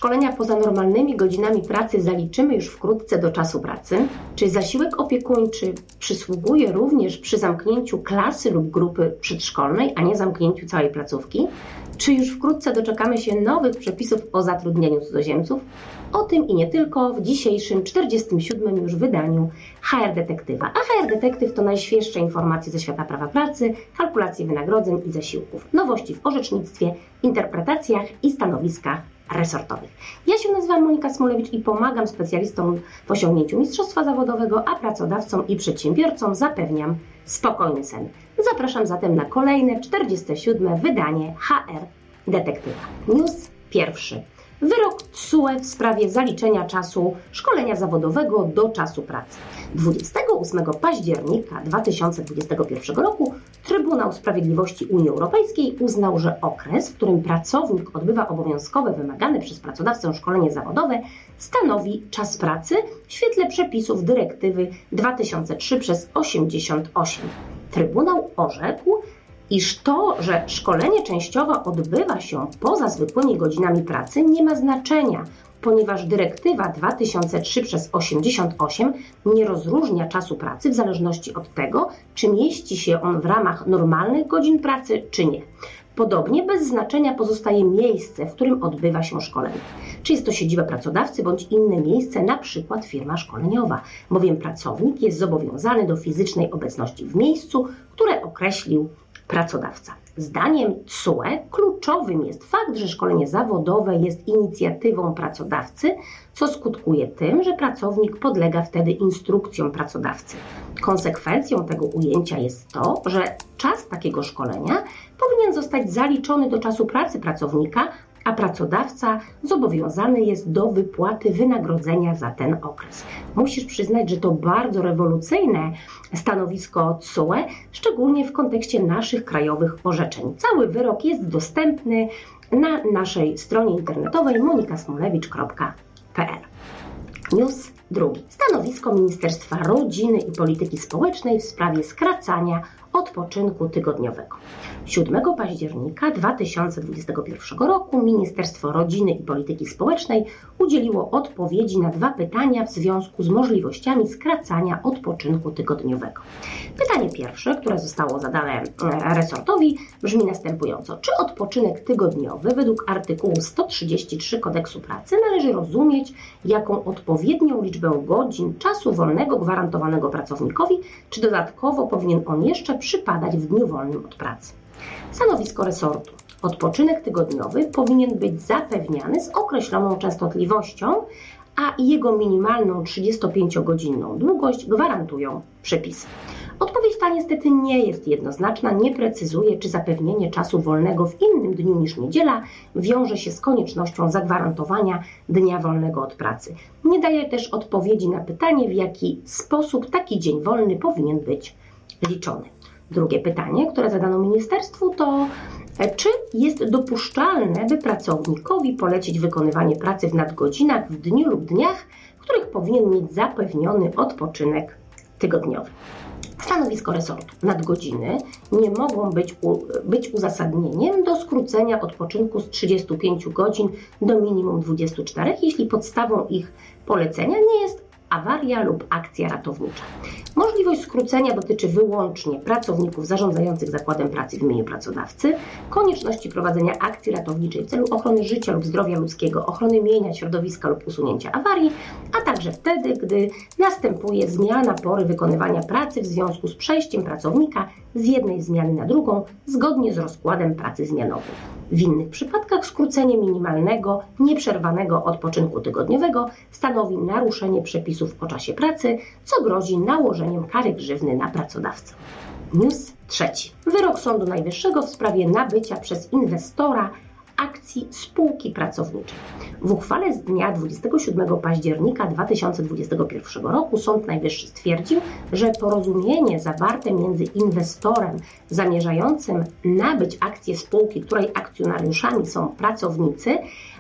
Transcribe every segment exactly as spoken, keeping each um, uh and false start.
szkolenia poza normalnymi godzinami pracy zaliczymy już wkrótce do czasu pracy? Czy zasiłek opiekuńczy przysługuje również przy zamknięciu klasy lub grupy przedszkolnej, a nie zamknięciu całej placówki? Czy już wkrótce doczekamy się nowych przepisów o zatrudnianiu cudzoziemców? O tym i nie tylko w dzisiejszym czterdziestym siódmym już wydaniu H R Detektywa. A H R Detektyw to najświeższe informacje ze świata prawa pracy, kalkulacji wynagrodzeń i zasiłków, nowości w orzecznictwie, interpretacjach i stanowiskach resortowych. Ja się nazywam Monika Smolewicz i pomagam specjalistom w osiągnięciu mistrzostwa zawodowego, a pracodawcom i przedsiębiorcom zapewniam spokojny sen. Zapraszam zatem na kolejne czterdzieste siódme wydanie H R Detektywa. News pierwszy. Wyrok T S U E w sprawie zaliczenia czasu szkolenia zawodowego do czasu pracy. dwudziestego ósmego października dwa tysiące dwudziestego pierwszego roku Trybunał Sprawiedliwości Unii Europejskiej uznał, że okres, w którym pracownik odbywa obowiązkowe wymagane przez pracodawcę szkolenie zawodowe, stanowi czas pracy w świetle przepisów dyrektywy dwa tysiące trzy przez osiemdziesiąt osiem. Trybunał orzekł, iż to, że szkolenie częściowo odbywa się poza zwykłymi godzinami pracy, nie ma znaczenia, ponieważ dyrektywa dwa tysiące trzy przez osiemdziesiąt osiem nie rozróżnia czasu pracy w zależności od tego, czy mieści się on w ramach normalnych godzin pracy, czy nie. Podobnie bez znaczenia pozostaje miejsce, w którym odbywa się szkolenie. Czy jest to siedziba pracodawcy bądź inne miejsce, na przykład firma szkoleniowa, bowiem pracownik jest zobowiązany do fizycznej obecności w miejscu, które określił pracodawca. Zdaniem T S U E kluczowym jest fakt, że szkolenie zawodowe jest inicjatywą pracodawcy, co skutkuje tym, że pracownik podlega wtedy instrukcjom pracodawcy. Konsekwencją tego ujęcia jest to, że czas takiego szkolenia powinien zostać zaliczony do czasu pracy pracownika, a pracodawca zobowiązany jest do wypłaty wynagrodzenia za ten okres. Musisz przyznać, że to bardzo rewolucyjne stanowisko T S U E, szczególnie w kontekście naszych krajowych orzeczeń. Cały wyrok jest dostępny na naszej stronie internetowej monika smolewicz kropka p l. News drugi. Stanowisko Ministerstwa Rodziny i Polityki Społecznej w sprawie skracania odpoczynku tygodniowego. siódmego października dwa tysiące dwudziestego pierwszego roku Ministerstwo Rodziny i Polityki Społecznej udzieliło odpowiedzi na dwa pytania w związku z możliwościami skracania odpoczynku tygodniowego. Pytanie pierwsze, które zostało zadane resortowi, brzmi następująco. Czy odpoczynek tygodniowy według artykułu sto trzydzieści trzy Kodeksu Pracy należy rozumieć jako odpowiednią liczbę godzin czasu wolnego gwarantowanego pracownikowi, czy dodatkowo powinien on jeszcze przypadać w dniu wolnym od pracy? Stanowisko resortu. Odpoczynek tygodniowy powinien być zapewniany z określoną częstotliwością, a jego minimalną trzydziestopięciogodzinną długość gwarantują przepisy. Odpowiedź ta niestety nie jest jednoznaczna, nie precyzuje, czy zapewnienie czasu wolnego w innym dniu niż niedziela wiąże się z koniecznością zagwarantowania dnia wolnego od pracy. Nie daje też odpowiedzi na pytanie, w jaki sposób taki dzień wolny powinien być liczony. Drugie pytanie, które zadano ministerstwu, to czy jest dopuszczalne, by pracownikowi polecić wykonywanie pracy w nadgodzinach w dniu lub dniach, w których powinien mieć zapewniony odpoczynek tygodniowy. Stanowisko resortu. Nadgodziny nie mogą być, u, być uzasadnieniem do skrócenia odpoczynku z trzydziestu pięciu godzin do minimum dwudziestu czterech, jeśli podstawą ich polecenia nie jest awaria lub akcja ratownicza. Możliwość skrócenia dotyczy wyłącznie pracowników zarządzających zakładem pracy w imieniu pracodawcy, konieczności prowadzenia akcji ratowniczej w celu ochrony życia lub zdrowia ludzkiego, ochrony mienia, środowiska lub usunięcia awarii, a także wtedy, gdy następuje zmiana pory wykonywania pracy w związku z przejściem pracownika z jednej zmiany na drugą zgodnie z rozkładem pracy zmianowym. W innych przypadkach skrócenie minimalnego, nieprzerwanego odpoczynku tygodniowego stanowi naruszenie przepisów o czasie pracy, co grozi nałożeniem kary grzywny na pracodawcę. News trzeci. Wyrok Sądu Najwyższego w sprawie nabycia przez inwestora akcji spółki pracowniczej. W uchwale z dnia dwudziestego siódmego października dwa tysiące dwudziestego pierwszego roku Sąd Najwyższy stwierdził, że porozumienie zawarte między inwestorem zamierzającym nabyć akcje spółki, której akcjonariuszami są pracownicy,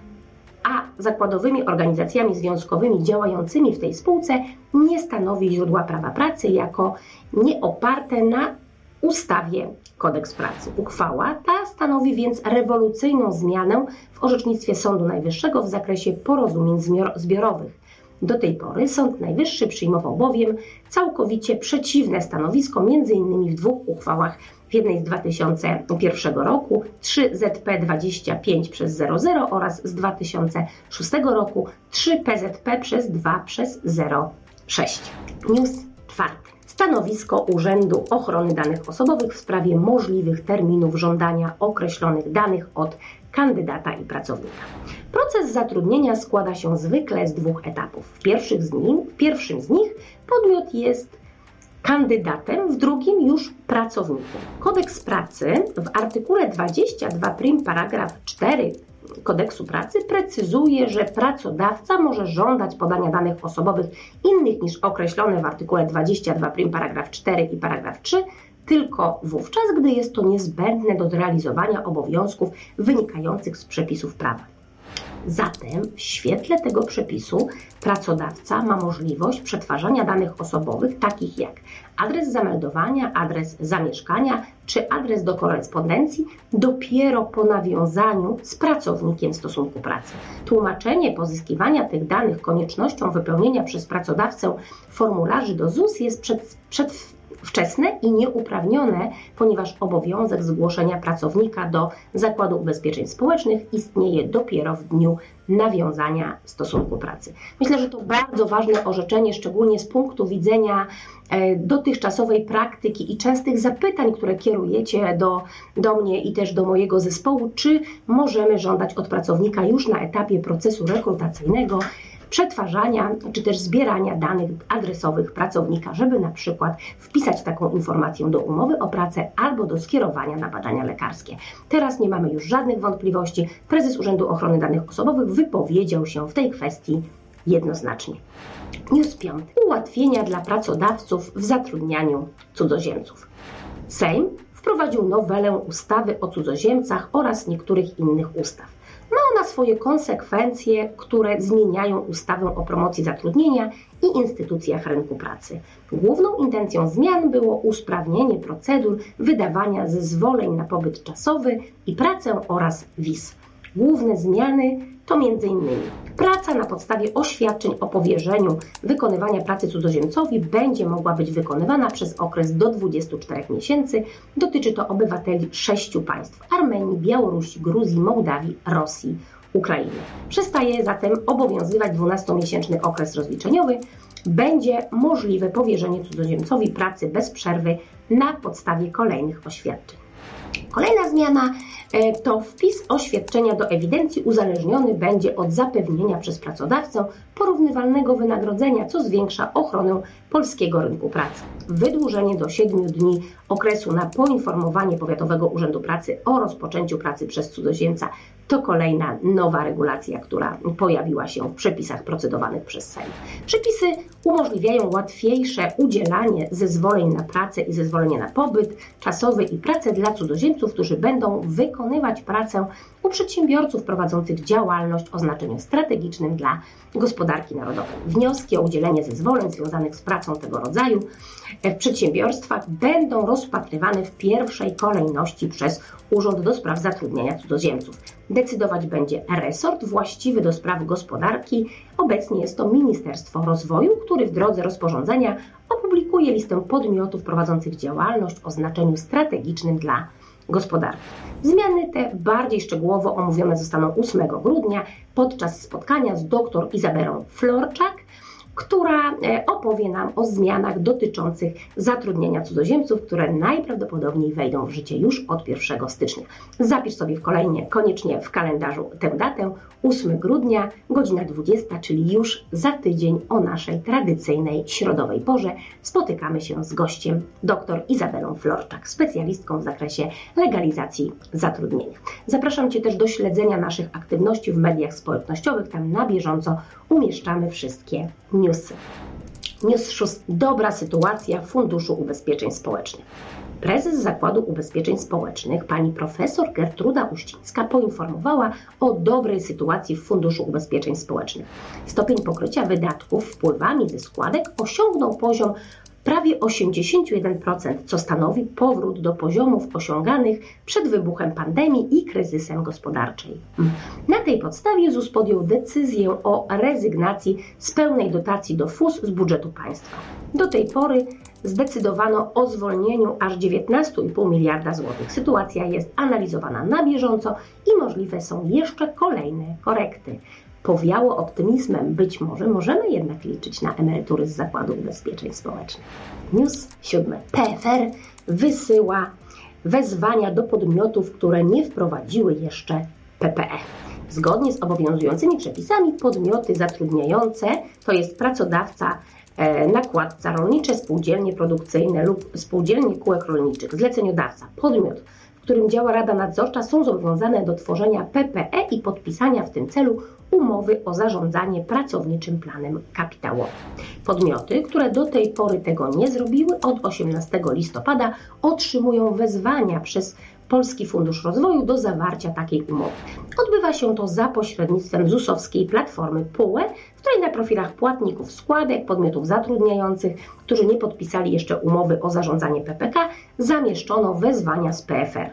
a zakładowymi organizacjami związkowymi działającymi w tej spółce nie stanowi źródła prawa pracy jako nieoparte na ustawie Kodeks Pracy. Uchwała ta stanowi więc rewolucyjną zmianę w orzecznictwie Sądu Najwyższego w zakresie porozumień zbiorowych. Do tej pory Sąd Najwyższy przyjmował bowiem całkowicie przeciwne stanowisko, między innymi w dwóch uchwałach, w jednej z dwa tysiące pierwszego roku trzy Z P dwadzieścia pięć przez zero zero oraz z dwa tysiące szóstego roku trzy P Z P przez dwa przez zero sześć. News czwarty. Stanowisko Urzędu Ochrony Danych Osobowych w sprawie możliwych terminów żądania określonych danych od kandydata i pracownika. Proces zatrudnienia składa się zwykle z dwóch etapów. W, pierwszych z nich, w pierwszym z nich podmiot jest kandydatem, w drugim już pracownikiem. Kodeks Pracy w artykule dwudziestym drugim prim paragraf cztery Kodeksu Pracy precyzuje, że pracodawca może żądać podania danych osobowych innych niż określone w artykule dwudziestym drugim prim paragraf cztery i paragraf trzy tylko wówczas, gdy jest to niezbędne do zrealizowania obowiązków wynikających z przepisów prawa. Zatem w świetle tego przepisu pracodawca ma możliwość przetwarzania danych osobowych takich jak adres zameldowania, adres zamieszkania czy adres do korespondencji dopiero po nawiązaniu z pracownikiem stosunku pracy. Tłumaczenie pozyskiwania tych danych koniecznością wypełnienia przez pracodawcę formularzy do Z U S jest przed, przed wczesne i nieuprawnione, ponieważ obowiązek zgłoszenia pracownika do Zakładu Ubezpieczeń Społecznych istnieje dopiero w dniu nawiązania stosunku pracy. Myślę, że to bardzo ważne orzeczenie, szczególnie z punktu widzenia dotychczasowej praktyki i częstych zapytań, które kierujecie do, do mnie i też do mojego zespołu, czy możemy żądać od pracownika już na etapie procesu rekrutacyjnego przetwarzania czy też zbierania danych adresowych pracownika, żeby na przykład wpisać taką informację do umowy o pracę albo do skierowania na badania lekarskie. Teraz nie mamy już żadnych wątpliwości. Prezes Urzędu Ochrony Danych Osobowych wypowiedział się w tej kwestii jednoznacznie. News piąty. Ułatwienia dla pracodawców w zatrudnianiu cudzoziemców. Sejm wprowadził nowelę ustawy o cudzoziemcach oraz niektórych innych ustaw. Ma ona swoje konsekwencje, które zmieniają ustawę o promocji zatrudnienia i instytucjach rynku pracy. Główną intencją zmian było usprawnienie procedur wydawania zezwoleń na pobyt czasowy i pracę oraz wiz. Główne zmiany to między innymi praca na podstawie oświadczeń o powierzeniu wykonywania pracy cudzoziemcowi będzie mogła być wykonywana przez okres do dwudziestu czterech miesięcy. Dotyczy to obywateli sześciu państw: Armenii, Białorusi, Gruzji, Mołdawii, Rosji, Ukrainy. Przestaje zatem obowiązywać dwunastomiesięczny okres rozliczeniowy. Będzie możliwe powierzenie cudzoziemcowi pracy bez przerwy na podstawie kolejnych oświadczeń. Kolejna zmiana to wpis oświadczenia do ewidencji uzależniony będzie od zapewnienia przez pracodawcę porównywalnego wynagrodzenia, co zwiększa ochronę polskiego rynku pracy. Wydłużenie do siedmiu dni okresu na poinformowanie Powiatowego Urzędu Pracy o rozpoczęciu pracy przez cudzoziemca to kolejna nowa regulacja, która pojawiła się w przepisach procedowanych przez Sejm. Przepisy umożliwiają łatwiejsze udzielanie zezwoleń na pracę i zezwolenia na pobyt czasowy i pracę dla cudzoziemców, którzy będą wykonywać pracę u przedsiębiorców prowadzących działalność o znaczeniu strategicznym dla gospodarki narodowej. Wnioski o udzielenie zezwoleń związanych z pracą tego rodzaju w przedsiębiorstwach będą rozpatrywane w pierwszej kolejności przez Urząd do Spraw Zatrudnienia Cudzoziemców. Decydować będzie resort właściwy do spraw gospodarki. Obecnie jest to Ministerstwo Rozwoju, który w drodze rozporządzenia opublikuje listę podmiotów prowadzących działalność o znaczeniu strategicznym dla gospodarki. Zmiany te bardziej szczegółowo omówione zostaną ósmego grudnia podczas spotkania z dr Izabelą Florczak, która opowie nam o zmianach dotyczących zatrudnienia cudzoziemców, które najprawdopodobniej wejdą w życie już od pierwszego stycznia. Zapisz sobie w kolejnie, koniecznie w kalendarzu tę datę, ósmego grudnia, godzina dwudziesta, czyli już za tydzień o naszej tradycyjnej środowej porze spotykamy się z gościem dr Izabelą Florczak, specjalistką w zakresie legalizacji zatrudnienia. Zapraszam Cię też do śledzenia naszych aktywności w mediach społecznościowych, tam na bieżąco umieszczamy wszystkie newsy. News szósty. Dobra sytuacja w Funduszu Ubezpieczeń Społecznych. Prezes Zakładu Ubezpieczeń Społecznych, pani profesor Gertruda Uścińska, poinformowała o dobrej sytuacji w Funduszu Ubezpieczeń Społecznych. Stopień pokrycia wydatków wpływami ze składek osiągnął poziom prawie osiemdziesiąt jeden procent, co stanowi powrót do poziomów osiąganych przed wybuchem pandemii i kryzysem gospodarczym. Na tej podstawie ZUS podjął decyzję o rezygnacji z pełnej dotacji do F U S z budżetu państwa. Do tej pory zdecydowano o zwolnieniu aż dziewiętnaście i pół miliarda złotych. Sytuacja jest analizowana na bieżąco i możliwe są jeszcze kolejne korekty. Powiało optymizmem, być może możemy jednak liczyć na emerytury z Zakładu Ubezpieczeń Społecznych. News siódmy. P F R wysyła wezwania do podmiotów, które nie wprowadziły jeszcze P P E. Zgodnie z obowiązującymi przepisami podmioty zatrudniające, to jest pracodawca, nakładca, rolnicze spółdzielnie produkcyjne lub spółdzielnie kółek rolniczych, zleceniodawca, podmiot, w którym działa Rada Nadzorcza, są zobowiązane do tworzenia P P E i podpisania w tym celu umowy o zarządzanie pracowniczym planem kapitałowym. Podmioty, które do tej pory tego nie zrobiły, od osiemnastego listopada otrzymują wezwania przez Polski Fundusz Rozwoju do zawarcia takiej umowy. Odbywa się to za pośrednictwem zusowskiej platformy P U E, w której na profilach płatników składek, podmiotów zatrudniających, którzy nie podpisali jeszcze umowy o zarządzanie P P K, zamieszczono wezwania z P F R.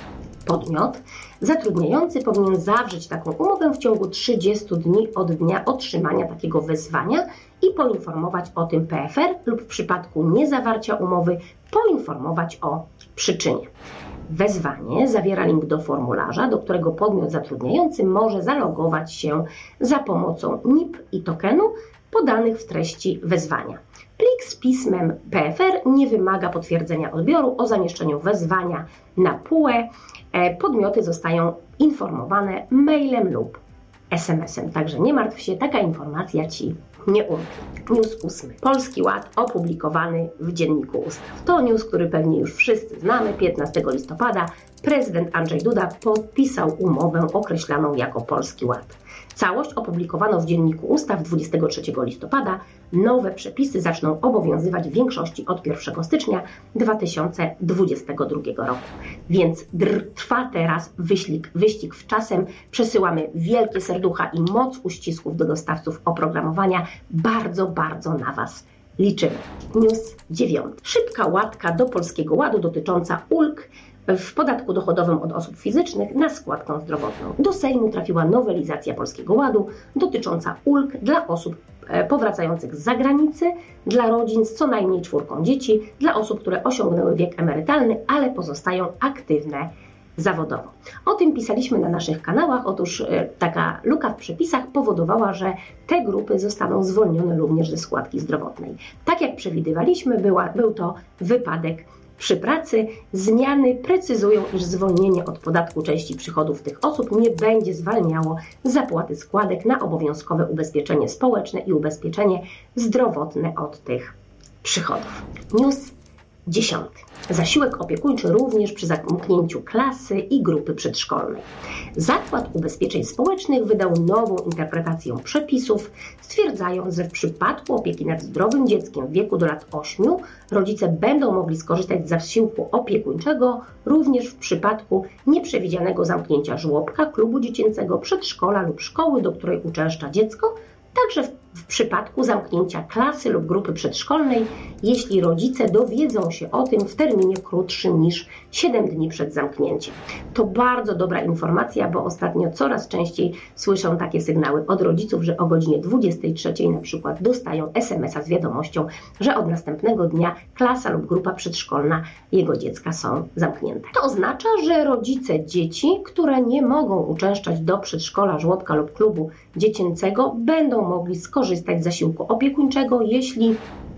Podmiot zatrudniający powinien zawrzeć taką umowę w ciągu trzydziestu dni od dnia otrzymania takiego wezwania i poinformować o tym P F R lub w przypadku niezawarcia umowy poinformować o przyczynie. Wezwanie zawiera link do formularza, do którego podmiot zatrudniający może zalogować się za pomocą N I P i tokenu podanych w treści wezwania. Plik z pismem P F R nie wymaga potwierdzenia odbioru. O zamieszczeniu wezwania na P U E podmioty zostają informowane mailem lub S M S-em. Także nie martw się, taka informacja Ci nie umknie. News ósmy. Polski Ład opublikowany w Dzienniku Ustaw. To news, który pewnie już wszyscy znamy. piętnastego listopada prezydent Andrzej Duda podpisał umowę określaną jako Polski Ład. Całość opublikowano w Dzienniku Ustaw dwudziestego trzeciego listopada. Nowe przepisy zaczną obowiązywać w większości od pierwszego stycznia dwa tysiące dwudziestego drugiego roku. Więc trwa teraz wyścig, wyścig w czasem. Przesyłamy wielkie serducha i moc uścisków do dostawców oprogramowania. Bardzo, bardzo na Was liczymy. News dziewiąty. Szybka łatka do Polskiego Ładu dotycząca ulg w podatku dochodowym od osób fizycznych na składkę zdrowotną. Do Sejmu trafiła nowelizacja Polskiego Ładu dotycząca ulg dla osób powracających z zagranicy, dla rodzin z co najmniej czwórką dzieci, dla osób, które osiągnęły wiek emerytalny, ale pozostają aktywne zawodowo. O tym pisaliśmy na naszych kanałach. Otóż taka luka w przepisach powodowała, że te grupy zostaną zwolnione również ze składki zdrowotnej. Tak jak przewidywaliśmy, była, był to wypadek przy pracy. Zmiany precyzują, iż zwolnienie od podatku części przychodów tych osób nie będzie zwalniało z zapłaty składek na obowiązkowe ubezpieczenie społeczne i ubezpieczenie zdrowotne od tych przychodów. News dziesiąty. Zasiłek opiekuńczy również przy zamknięciu klasy i grupy przedszkolnej. Zakład Ubezpieczeń Społecznych wydał nową interpretację przepisów, stwierdzając, że w przypadku opieki nad zdrowym dzieckiem w wieku do lat ośmiu rodzice będą mogli skorzystać z zasiłku opiekuńczego również w przypadku nieprzewidzianego zamknięcia żłobka, klubu dziecięcego, przedszkola lub szkoły, do której uczęszcza dziecko, także w w przypadku zamknięcia klasy lub grupy przedszkolnej, jeśli rodzice dowiedzą się o tym w terminie krótszym niż siedem dni przed zamknięciem. To bardzo dobra informacja, bo ostatnio coraz częściej słyszę takie sygnały od rodziców, że o godzinie dwudziestej trzeciej na przykład dostają es em es a z wiadomością, że od następnego dnia klasa lub grupa przedszkolna jego dziecka są zamknięte. To oznacza, że rodzice dzieci, które nie mogą uczęszczać do przedszkola, żłobka lub klubu dziecięcego, będą mogli skorzystać z zasiłku opiekuńczego, jeśli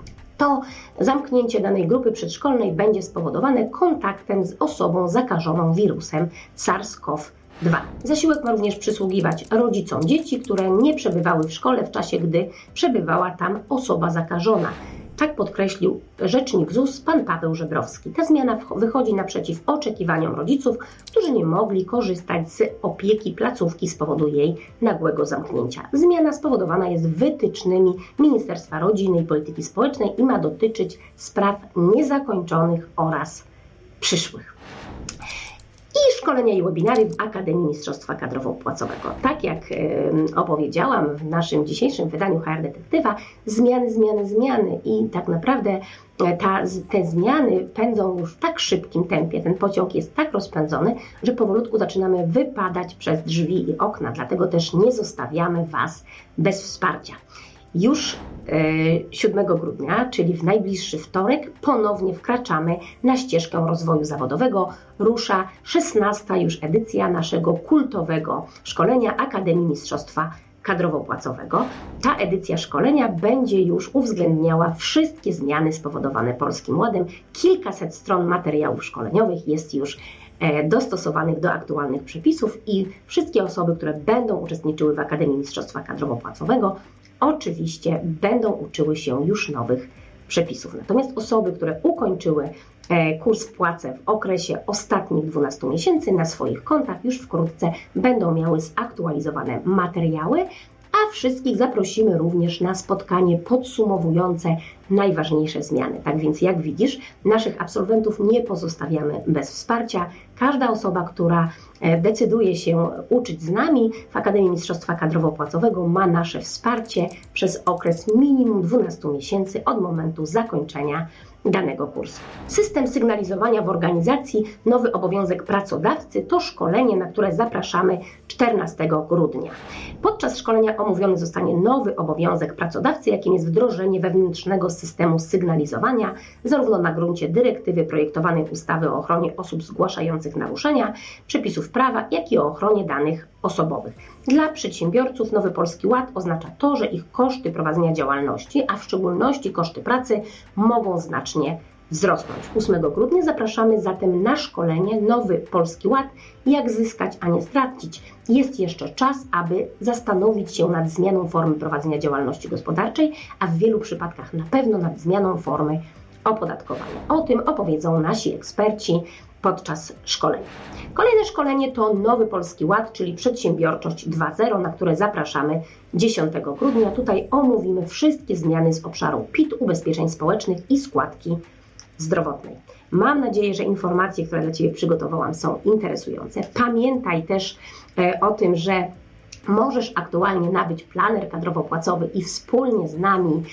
to zamknięcie danej grupy przedszkolnej będzie spowodowane kontaktem z osobą zakażoną wirusem SARS-CoV dwa. Zasiłek ma również przysługiwać rodzicom dzieci, które nie przebywały w szkole w czasie, gdy przebywała tam osoba zakażona. Tak podkreślił rzecznik ZUS pan Paweł Żebrowski. Ta zmiana wychodzi naprzeciw oczekiwaniom rodziców, którzy nie mogli korzystać z opieki placówki z powodu jej nagłego zamknięcia. Zmiana spowodowana jest wytycznymi Ministerstwa Rodziny i Polityki Społecznej i ma dotyczyć spraw niezakończonych oraz przyszłych. I szkolenia i webinary w Akademii Mistrzostwa Kadrowo-Płacowego. Tak jak y, opowiedziałam w naszym dzisiejszym wydaniu H R Detektywa, zmiany, zmiany, zmiany i tak naprawdę ta, te zmiany pędzą już w tak szybkim tempie, ten pociąg jest tak rozpędzony, że powolutku zaczynamy wypadać przez drzwi i okna, dlatego też nie zostawiamy Was bez wsparcia. Już siódmego grudnia, czyli w najbliższy wtorek, ponownie wkraczamy na ścieżkę rozwoju zawodowego. Rusza szesnasta już edycja naszego kultowego szkolenia Akademii Mistrzostwa Kadrowo-Płacowego. Ta edycja szkolenia będzie już uwzględniała wszystkie zmiany spowodowane Polskim Ładem. Kilkaset stron materiałów szkoleniowych jest już dostosowanych do aktualnych przepisów i wszystkie osoby, które będą uczestniczyły w Akademii Mistrzostwa Kadrowo-Płacowego, oczywiście będą uczyły się już nowych przepisów. Natomiast osoby, które ukończyły kurs Płace w okresie ostatnich dwunastu miesięcy na swoich kontach już wkrótce będą miały zaktualizowane materiały, a wszystkich zaprosimy również na spotkanie podsumowujące najważniejsze zmiany. Tak więc jak widzisz, naszych absolwentów nie pozostawiamy bez wsparcia. Każda osoba, która decyduje się uczyć z nami w Akademii Mistrzostwa Kadrowo-Płacowego, ma nasze wsparcie przez okres minimum dwunastu miesięcy od momentu zakończenia danego kursu. System sygnalizowania w organizacji, nowy obowiązek pracodawcy to szkolenie, na które zapraszamy czternastego grudnia. Podczas szkolenia omówiony zostanie nowy obowiązek pracodawcy, jakim jest wdrożenie wewnętrznego systemu sygnalizowania, zarówno na gruncie dyrektywy projektowanej ustawy o ochronie osób zgłaszających naruszenia przepisów prawa, jak i o ochronie danych osobowych. Dla przedsiębiorców Nowy Polski Ład oznacza to, że ich koszty prowadzenia działalności, a w szczególności koszty pracy, mogą znacznie wzrosnąć. ósmego grudnia zapraszamy zatem na szkolenie Nowy Polski Ład, jak zyskać, a nie stracić. Jest jeszcze czas, aby zastanowić się nad zmianą formy prowadzenia działalności gospodarczej, a w wielu przypadkach na pewno nad zmianą formy opodatkowania. O tym opowiedzą nasi eksperci podczas szkolenia. Kolejne szkolenie to Nowy Polski Ład, czyli Przedsiębiorczość dwa zero, na które zapraszamy dziesiątego grudnia. Tutaj omówimy wszystkie zmiany z obszaru P I T, ubezpieczeń społecznych i składki zdrowotnej. Mam nadzieję, że informacje, które dla Ciebie przygotowałam, są interesujące. Pamiętaj też o tym, że możesz aktualnie nabyć planer kadrowo-płacowy i wspólnie z nami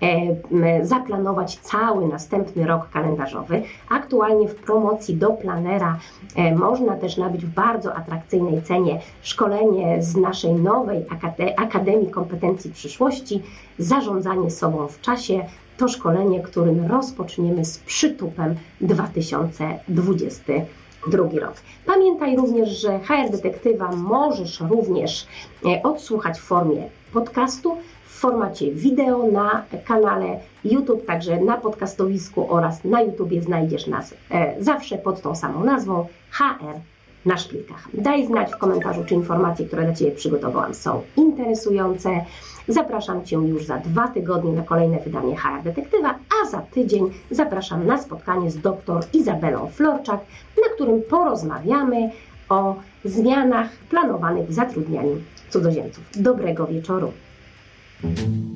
e, zaplanować cały następny rok kalendarzowy. Aktualnie w promocji do planera e, można też nabyć w bardzo atrakcyjnej cenie szkolenie z naszej nowej Akademii Kompetencji Przyszłości, Zarządzanie sobą w czasie. To szkolenie, którym rozpoczniemy z przytupem dwa tysiące dwudziesty drugi rok. Pamiętaj również, że H R Detektywa możesz również odsłuchać w formie podcastu, w formacie wideo na kanale YouTube, także na podcastowisku oraz na YouTubie znajdziesz nas zawsze pod tą samą nazwą H R na szpilkach. Daj znać w komentarzu, czy informacje, które dla Ciebie przygotowałam, są interesujące. Zapraszam Cię już za dwa tygodnie na kolejne wydanie H R Detektywa, a za tydzień zapraszam na spotkanie z dr Izabelą Florczak, na którym porozmawiamy o zmianach planowanych w zatrudnianiu cudzoziemców. Dobrego wieczoru.